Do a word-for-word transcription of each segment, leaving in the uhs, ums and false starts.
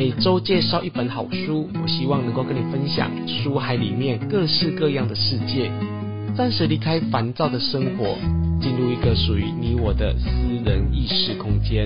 每周介绍一本好书，我希望能够跟你分享书海里面各式各样的世界，暂时离开烦躁的生活，进入一个属于你我的私人意识空间。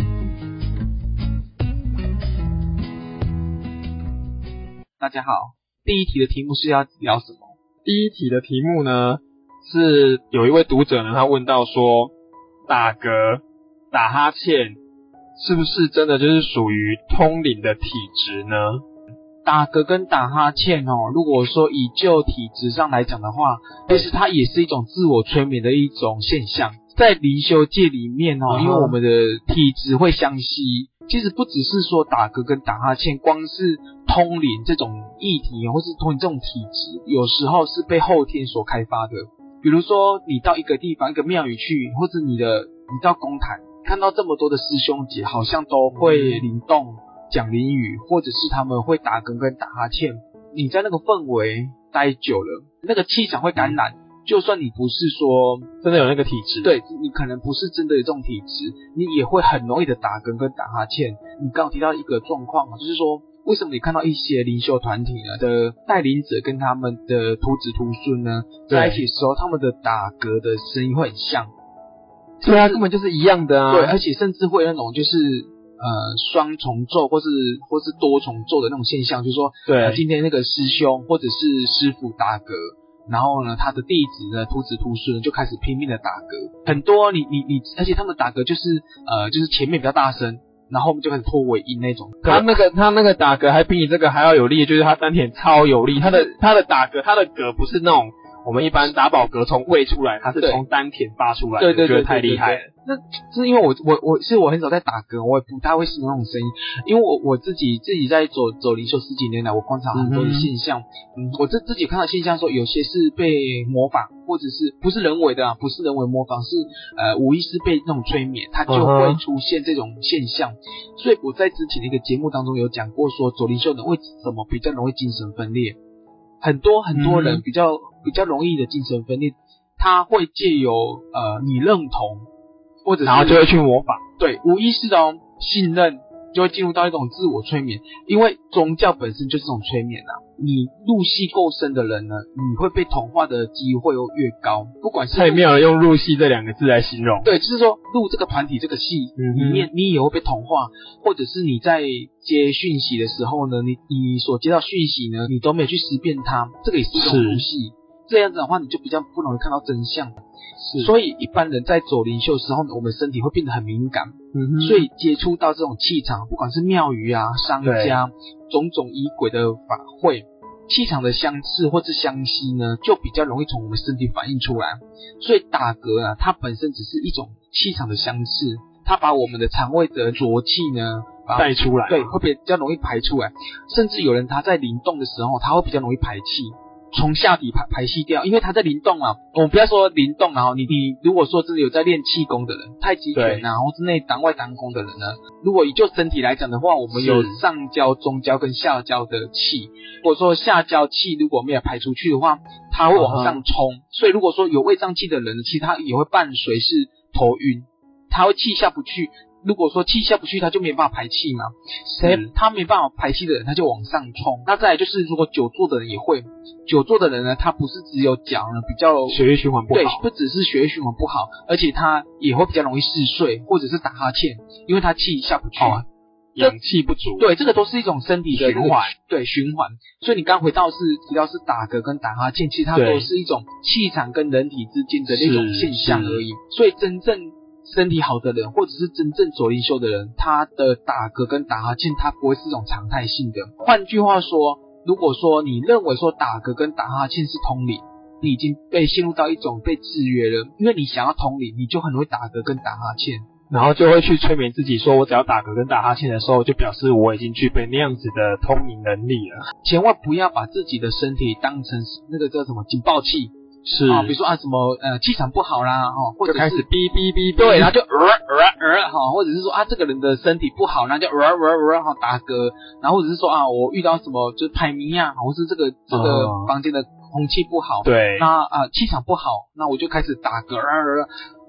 大家好，第一题的题目是要聊什么？ 第一题的题目呢，是有一位读者呢，他问到说，打嗝、打哈欠，是不是真的就是属于通灵的体质呢？ 打嗝跟打哈欠哦，如果说以就体质上来讲的话，其实它也是一种自我催眠的一种现象。在灵修界里面哦，因为我们的体质会相吸，其实不只是说打嗝跟打哈欠，光是通灵这种议题或是通灵这种体质，有时候是被后天所开发的。比如说你到一个地方一个庙宇去，或者你的你到公坛看到这么多的师兄姐好像都会灵动讲灵语，或者是他们会打嗝跟打哈欠，你在那个氛围待久了，那个气场会感染，就算你不是说真的有那个体质， 对，你可能不是真的有这种体质，你也会很容易的打嗝跟打哈欠。你刚刚提到一个状况，就是说为什么你看到一些灵修团体呢的带领者跟他们的徒子徒孙呢在一起的时候，他们的打嗝的声音会很像， 对啊，根本就是一样的啊。 对，而且甚至会有那种就是呃双重奏或是或是多重奏的那种现象，就是说对、呃、今天那个师兄或者是师父打嗝，然后呢他的弟子呢徒子徒孙就开始拼命的打嗝，很多你你你，而且他们打嗝就是呃就是前面比较大声，然后我们就开始拖尾音那种。 他那个他那个打嗝还比你这个还要有力，就是他丹田超有力，他的他的打嗝他的嗝不是那种我们一般打饱嗝从胃出来，他是从丹田发出来的， 对对对， 觉得太厉害了。 那是因为我我我是我很少在打嗝，我也不太会使用那种声音，因为我我自己自己在走走灵修十几年来，我观察很多的现象，嗯，嗯我自自己看到现象说，有些是被模仿，或者是不是人为的啊，不是人为模仿，是呃无意识被那种催眠，它就会出现这种现象。Uh-huh. 所以我在之前的一个节目当中有讲过说，走灵修的为什么比较容易精神分裂，很多很多人比较、嗯、比较容易的精神分裂，他会借由呃你认同。或者是然后就会去模仿， 对，无意识的哦，信任就会进入到一种自我催眠，因为宗教本身就是这种催眠啊。你入戏够深的人呢，你会被同化的机会又越高，不管是太妙了，用入戏这两个字来形容。 对，就是说入这个团体这个戏里面，你也会被同化，或者是你在接讯息的时候呢，你你所接到讯息呢，你都没有去识辨它，这个也是一种入戏。这样子的话，你就比较不容易看到真相。是，所以一般人在走灵修的时候呢，我们身体会变得很敏感，嗯哼，所以接触到这种气场，不管是庙宇啊、商家、种种仪轨的法会，气场的相似或是相吸呢，就比较容易从我们身体反映出来。所以打嗝啊，它本身只是一种气场的相似，它把我们的肠胃的浊气呢带出来， 对，会比较容易排出来。甚至有人他在灵动的时候，他会比较容易排气。从下体排排气掉，因为它在灵动啊。我们不要说灵动啊，你你如果说真的有在练气功的人，太极拳啊，或是内丹外丹功的人呢，如果以就身体来讲的话，我们有上焦、中焦跟下焦的气。如果说下焦气如果没有排出去的话，它会往上冲。Uh-huh. 所以如果说有胃胀气的人，其实他也会伴随是头晕，他会气下不去。如果说气下不去，他就没办法排气嘛。谁他没办法排气的人，他就往上冲。那再来就是，如果久坐的人也会，久坐的人呢，他不是只有脚呢比较血液循环不好， 对，不只是血液循环不好，而且他也会比较容易嗜睡，或者是打哈欠，因为他气下不去， 哦、氧气不足。 对，这个都是一种身体的循环， 对循环。所以你刚回到是提到是打嗝跟打哈欠，其实它都是一种气场跟人体之间的那种现象而已。所以真正身体好的人，或者是真正走灵修的人，他的打嗝跟打哈欠，他不会是一种常态性的。换句话说，如果说你认为说打嗝跟打哈欠是通灵，你已经被陷入到一种被制约了，因为你想要通灵，你就很容易打嗝跟打哈欠， 然后就会去催眠自己，说我只要打嗝跟打哈欠的时候，就表示我已经具备那样子的通灵能力了。 千万不要把自己的身体当成那个叫什么警报器。 是啊，比如说啊什么呃气场不好啦，哦，或者是就开始哔哔哔， 对，然后就呃呃呃哈，或者是说啊这个人的身体不好，然后就呃呃呃哈打嗝，然后或者是说啊我遇到什么就是排名啊，或是这个这个房间的空气不好， 对， 那啊气场不好，那我就开始打嗝，呃呃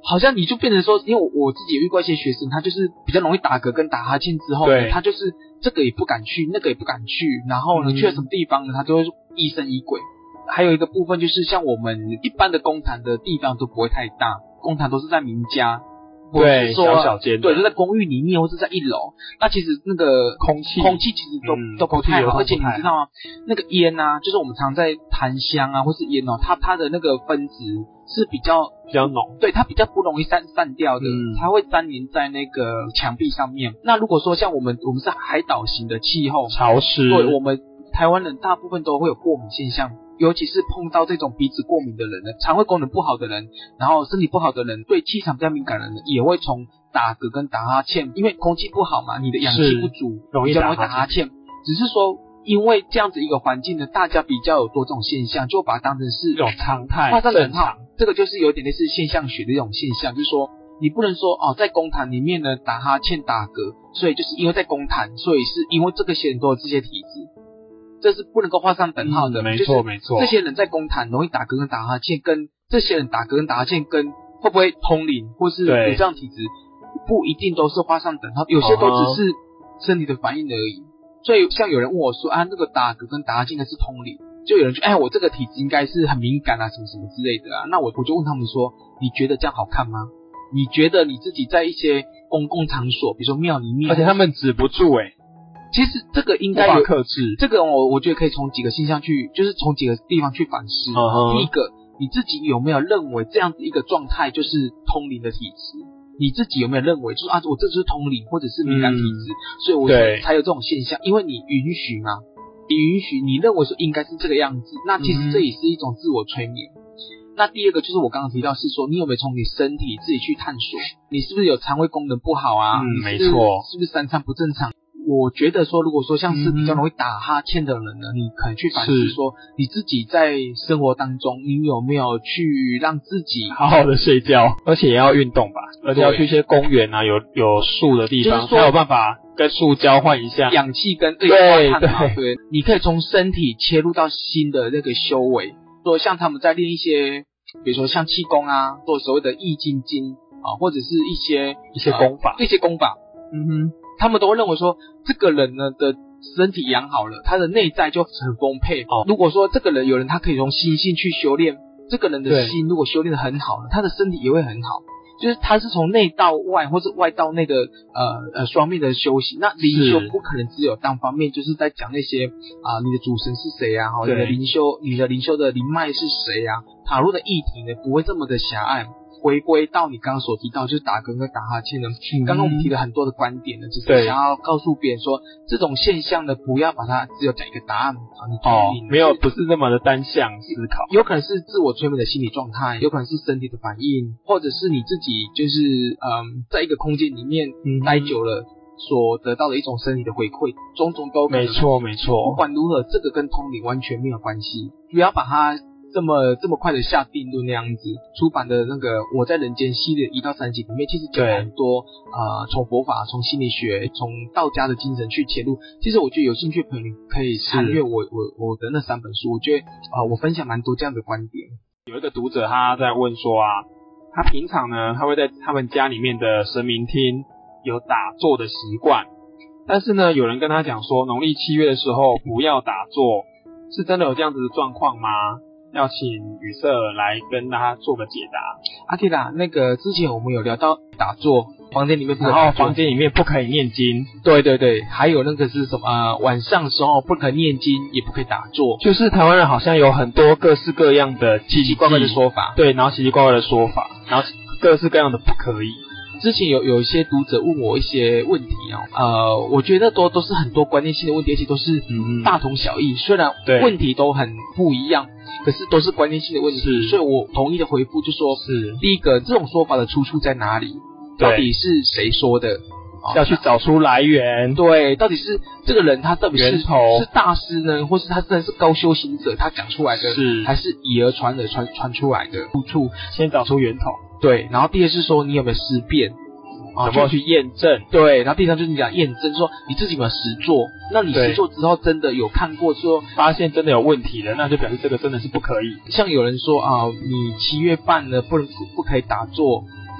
好像你就变成说，因为我我自己也遇过一些学生，他就是比较容易打嗝跟打哈欠之后呢，他就是这个也不敢去，那个也不敢去，然后呢、嗯、去了什么地方呢，他就会疑神疑鬼。还有一个部分就是像我们一般的公坛的地方都不会太大，公坛都是在民家。 对，小小间的， 对，就在公寓里面或者在一楼。那其实那个空气， 空气其实都、嗯、都不太好，而且你知道吗？那个烟啊，就是我们常在檀香啊，或是烟哦，它它的那个分子是比较比较浓， 对，它比较不容易散散掉的，嗯、它会粘连在那个墙壁上面。那如果说像我们我们是海岛型的气候， 潮湿， 对，我们台湾人大部分都会有过敏现象。尤其是碰到这种鼻子过敏的人呢，肠胃功能不好的人，然后身体不好的人，对气场比较敏感的人，也会从打嗝跟打哈欠，因为空气不好嘛，你的氧气不足， 容易比较容易打哈欠。只是说，因为这样子一个环境呢，大家比较有多这种现象，就把它当成是一种常态， 画上等号。这个就是有点类似现象学的一种现象，就是说，你不能说哦，在公坛里面呢打哈欠打嗝，所以就是因为在公坛，所以是因为这个些人都有这些体质。这是不能够画上等号的， 嗯、没错没错。 这些人在公坛容易打嗝跟打哈欠，跟这些人打嗝跟打哈欠跟会不会通灵或是有这样体质，不一定都是画上等号，有些都只是身体的反应而已。所以像有人问我说啊，那个打嗝跟打哈欠的是通灵，就有人说哎，我这个体质应该是很敏感啊，什么什么之类的啊。那我我就问他们说，你觉得这样好看吗？你觉得你自己在一些公共场所，比如说庙里面， 而且他们止不住哎、欸。 其实这个应该有克制， 这个我我觉得可以从几个现象去，就是从几个地方去反思。 Uh-huh. 第一个，你自己有没有认为这样子一个状态就是通灵的体质？你自己有没有认为就是啊，我这就是通灵或者是敏感体质，嗯、所以我才才有这种现象？因为你允许嘛，你允许，你认为说应该是这个样子，那其实这也是一种自我催眠。嗯、那第二个就是我刚刚提到是说，你有没有从你身体自己去探索，你是不是有肠胃功能不好啊？ 嗯，没错， 错， 是不是三餐不正常？我觉得说，如果说像是比较容易打哈欠的人呢，嗯、你可能去反思说，你自己在生活当中，你有没有去让自己好好的睡觉，而且也要运动吧，而且要去一些公园啊，有有树的地方，才有办法跟树交换一下氧气跟二氧化碳嘛。对，你可以从身体切入到新的那个修为，说像他们在练一些，比如说像气功啊，做所谓的易筋经啊，或者是一些一些功法， 呃、一些功法，嗯哼。他们都会认为说，这个人呢的身体养好了，他的内在就很丰沛。哦，如果说这个人有人他可以从心性去修炼，这个人的心如果修炼的很好了，他的身体也会很好。就是他是从内到外，或是外到内的呃呃双面的修行。那灵修不可能只有单方面，就是在讲那些啊、呃、你的主神是谁啊，你的灵修你的灵修的灵脉是谁啊，塔罗的议题呢不会这么的狭隘。回归到你刚刚所提到，就是打嗝跟打哈欠呢。刚刚我们提了很多的观点呢，只是想要告诉别人说，这种现象呢，不要把它只有讲一个答案啊，你哦，没有，不是那么的单向思考， 有可能是自我催眠的心理状态，有可能是身体的反应，或者是你自己就是嗯，在一个空间里面待久了。所得到的一种身体的回馈，种种都没错没错。 不管如何，这个跟通灵完全没有关系，不要把它这么这么快的下定论那样子。出版的那个我在人间系列一到三集里面，其实讲很多呃，从佛法、从心理学、从道家的精神去切入。其实我觉得有兴趣的朋友可以参阅我我我的那三本书，我觉得啊、呃，我分享蛮多这样的观点。 有一个读者他在问说啊，他平常呢，他会在他们家里面的神明厅有打坐的习惯，但是呢，有人跟他讲说，农历七月的时候不要打坐，是真的有这样子的状况吗？要请宇色来跟大家做个解答。 阿提拉，那个之前我们有聊到打坐，房间里面不可以， 然后房间里面不可以念经， 对对对，还有那个是什么？呃，晚上的时候不可以念经，也不可以打坐。 就是台湾人好像有很多各式各样的奇奇怪怪的说法， 对，然后奇奇怪怪的说法，然后各式各样的不可以。 之前有有一些读者问我一些问题哦，呃，我觉得都都是很多关键性的问题，而且都是大同小异，虽然问题都很不一样，可是都是关键性的问题，所以我统一的回复就说，是第一个，这种说法的出处在哪里？到底是谁说的？ 要去找出来源。 对，到底是这个人他到底是是大师呢，或是他真的是高修行者他讲出来的，是还是以讹传讹传传出来的出处？ 先找出源头。 对，然后第二是说你有没有思辨， 有没有去验证？ 对，然后第三就是你讲验证，说你自己有没有实做？那你实做之后真的有看过说发现真的有问题的，那就表示这个真的是不可以。 像有人说啊，你七月半呢不能不可以打坐，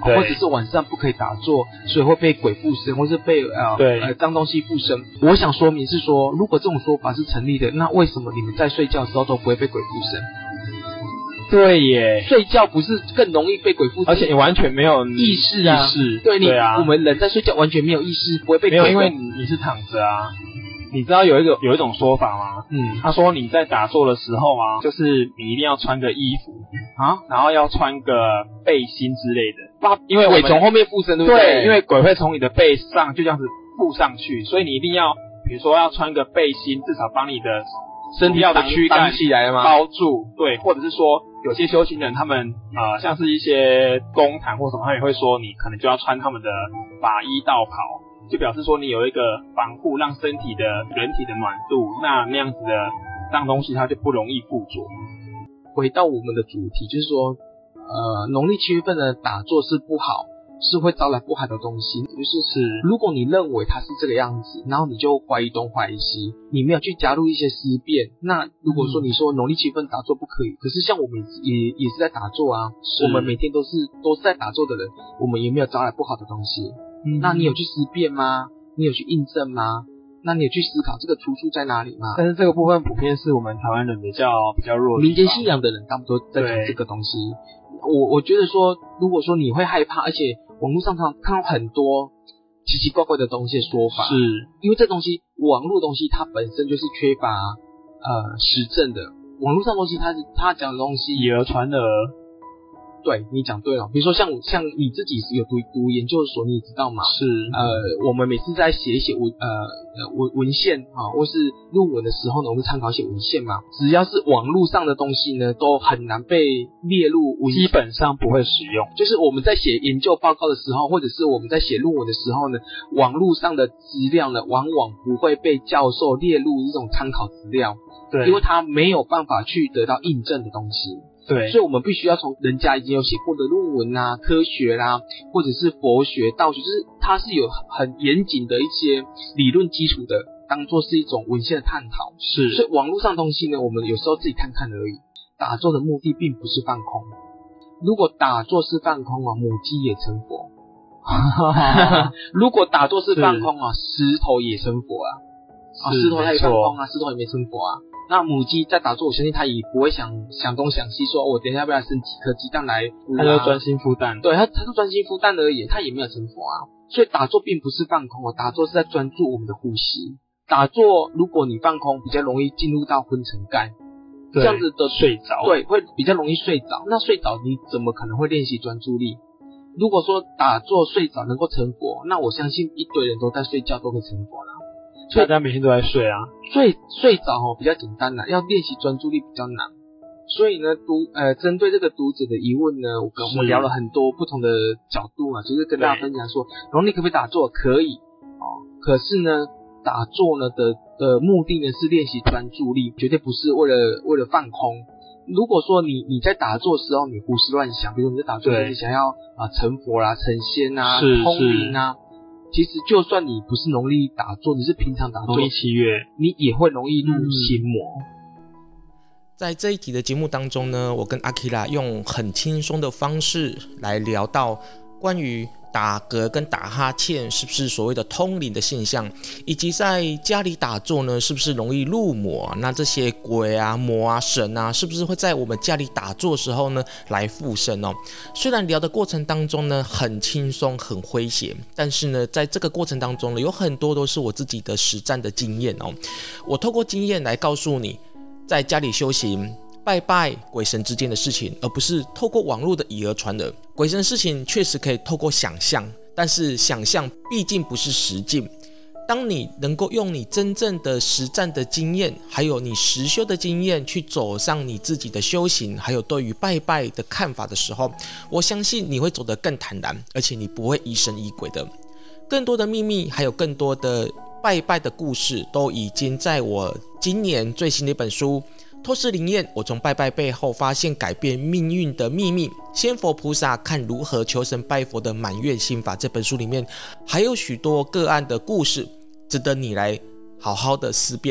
或者是晚上不可以打坐，所以会被鬼附身，或是被呃呃脏东西附身。我想说明是说，如果这种说法是成立的，那为什么你们在睡觉的时候都不会被鬼附身？ 对耶， 睡觉不是更容易被鬼附身？ 而且你完全没有意识啊， 意识对你对啊， 我们人在睡觉完全没有意识，不会被鬼。 没有，因为你是躺着啊。你知道有一个有一种说法吗？ 嗯， 他说你在打坐的时候啊，就是你一定要穿个衣服啊，然后要穿个背心之类的，因为鬼从后面附身，对不对？ 对， 因为鬼会从你的背上就这样子附上去，所以你一定要，比如说要穿个背心，至少帮你的身体的躯干起来吗？ 包住，对，或者是说有些修行人他们呃像是一些公坛或什么，他们也会说你可能就要穿他们的法衣道袍。就表示说你有一个防护，让身体的人体的暖度，那那样子的脏东西它就不容易附着。 回到我们的主题，就是说，呃，农历七月份的打坐是不好，是会招来不好的东西。就是是，如果你认为它是这个样子，然后你就怀疑东怀疑西，你没有去加入一些思辨。那如果说你说农历七月份打坐不可以，可是像我们也也是在打坐啊，我们每天都是都是在打坐的人，我们也没有招来不好的东西。嗯，那你有去思辨吗？你有去印证吗？那你有去思考这个出处在哪里吗？ 但是这个部分普遍是我们台湾人比较比较弱的， 民间信仰的人大部分都在讲这个东西。我我觉得说，如果说你会害怕，而且网络上常看到很多奇奇怪怪的东西的说法， 是因为这东西网络东西它本身就是缺乏呃实证的，网络上东西它是它讲的东西以讹传讹。 对，你讲对了。比如说像像你自己有读读研究所，你也知道嘛？ 是。 呃，我们每次在写一些文呃呃文文献哈、哦，或是论文的时候呢，我们参考一些文献嘛。只要是网络上的东西呢，都很难被列入文， 基本上不会使用。 就是我们在写研究报告的时候，或者是我们在写论文的时候呢，网络上的资料呢，往往不会被教授列入这种参考资料。 对， 因为它没有办法去得到印证的东西。 对， 所以我们必须要从人家已经有写过的论文啊、科学啦、啊，或者是佛学、道学，就是它是有很严谨的一些理论基础的，当做是一种文献的探讨。 是， 所以网络上的东西呢，我们有时候自己看看而已。打坐的目的并不是放空，如果打坐是放空啊，母鸡也成佛。如果打坐是放空啊，石头也成佛啊。啊，石头它也放空啊，石头也没成佛啊。那母鸡在打坐，我相信它也不会想想东想西，说我等一下要不要生几颗鸡蛋来孵、啊， 它就专心孵蛋。 对，它它就专心孵蛋而已，它也没有成佛啊。所以打坐并不是放空哦，打坐是在专注我们的呼吸。打坐如果你放空，比较容易进入到昏沉感，这样子的睡着， 对，会比较容易睡着。那睡着你怎么可能会练习专注力？如果说打坐睡着能够成佛，那我相信一堆人都在睡觉都可以成佛啦。 大家每天都在睡啊， 睡睡着哦比较简单啦，要练习专注力比较难。所以呢，读呃针对这个读者的疑问呢，我跟我们聊了很多不同的角度啊，就是跟大家分享说，然后你可不可以打坐？可以哦，可是呢，打坐呢的的目的呢是练习专注力，绝对不是为了为了放空。如果说你你在打坐的时候你胡思乱想，比如你在打坐就是想要啊、呃、成佛啦、成仙啊、通灵啊。其实就算你不是农历打坐，你是平常打坐， 农历七月， 你也会容易入心魔。 在这一集的节目当中呢，我跟阿 Kira 用很轻松的方式来聊到关于打嗝跟打哈欠是不是所谓的通灵的现象，以及在家里打坐呢是不是容易入魔，那这些鬼啊魔啊神啊是不是会在我们家里打坐的时候呢来附身哦。虽然聊的过程当中呢很轻松很诙谐，但是呢在这个过程当中呢有很多都是我自己的实战的经验哦。我透过经验来告诉你，在家里修行拜拜鬼神之间的事情，而不是透过网络的以讹传讹。鬼神的事情确实可以透过想象，但是想象毕竟不是实境。当你能够用你真正的实战的经验，还有你实修的经验去走上你自己的修行，还有对于拜拜的看法的时候，我相信你会走得更坦然，而且你不会疑神疑鬼的。更多的秘密还有更多的拜拜的故事都已经在我今年最新的一本书透视灵验，我从拜拜背后发现改变命运的秘密，仙佛菩萨看如何求神拜佛的满月心法这本书里面，还有许多个案的故事值得你来好好的思辨。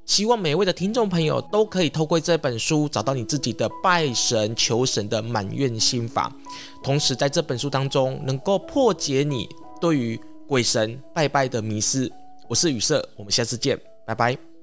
希望每位的听众朋友都可以透过这本书找到你自己的拜神求神的满愿心法，同时在这本书当中能够破解你对于鬼神拜拜的迷思。我是宇色，我们下次见，拜拜。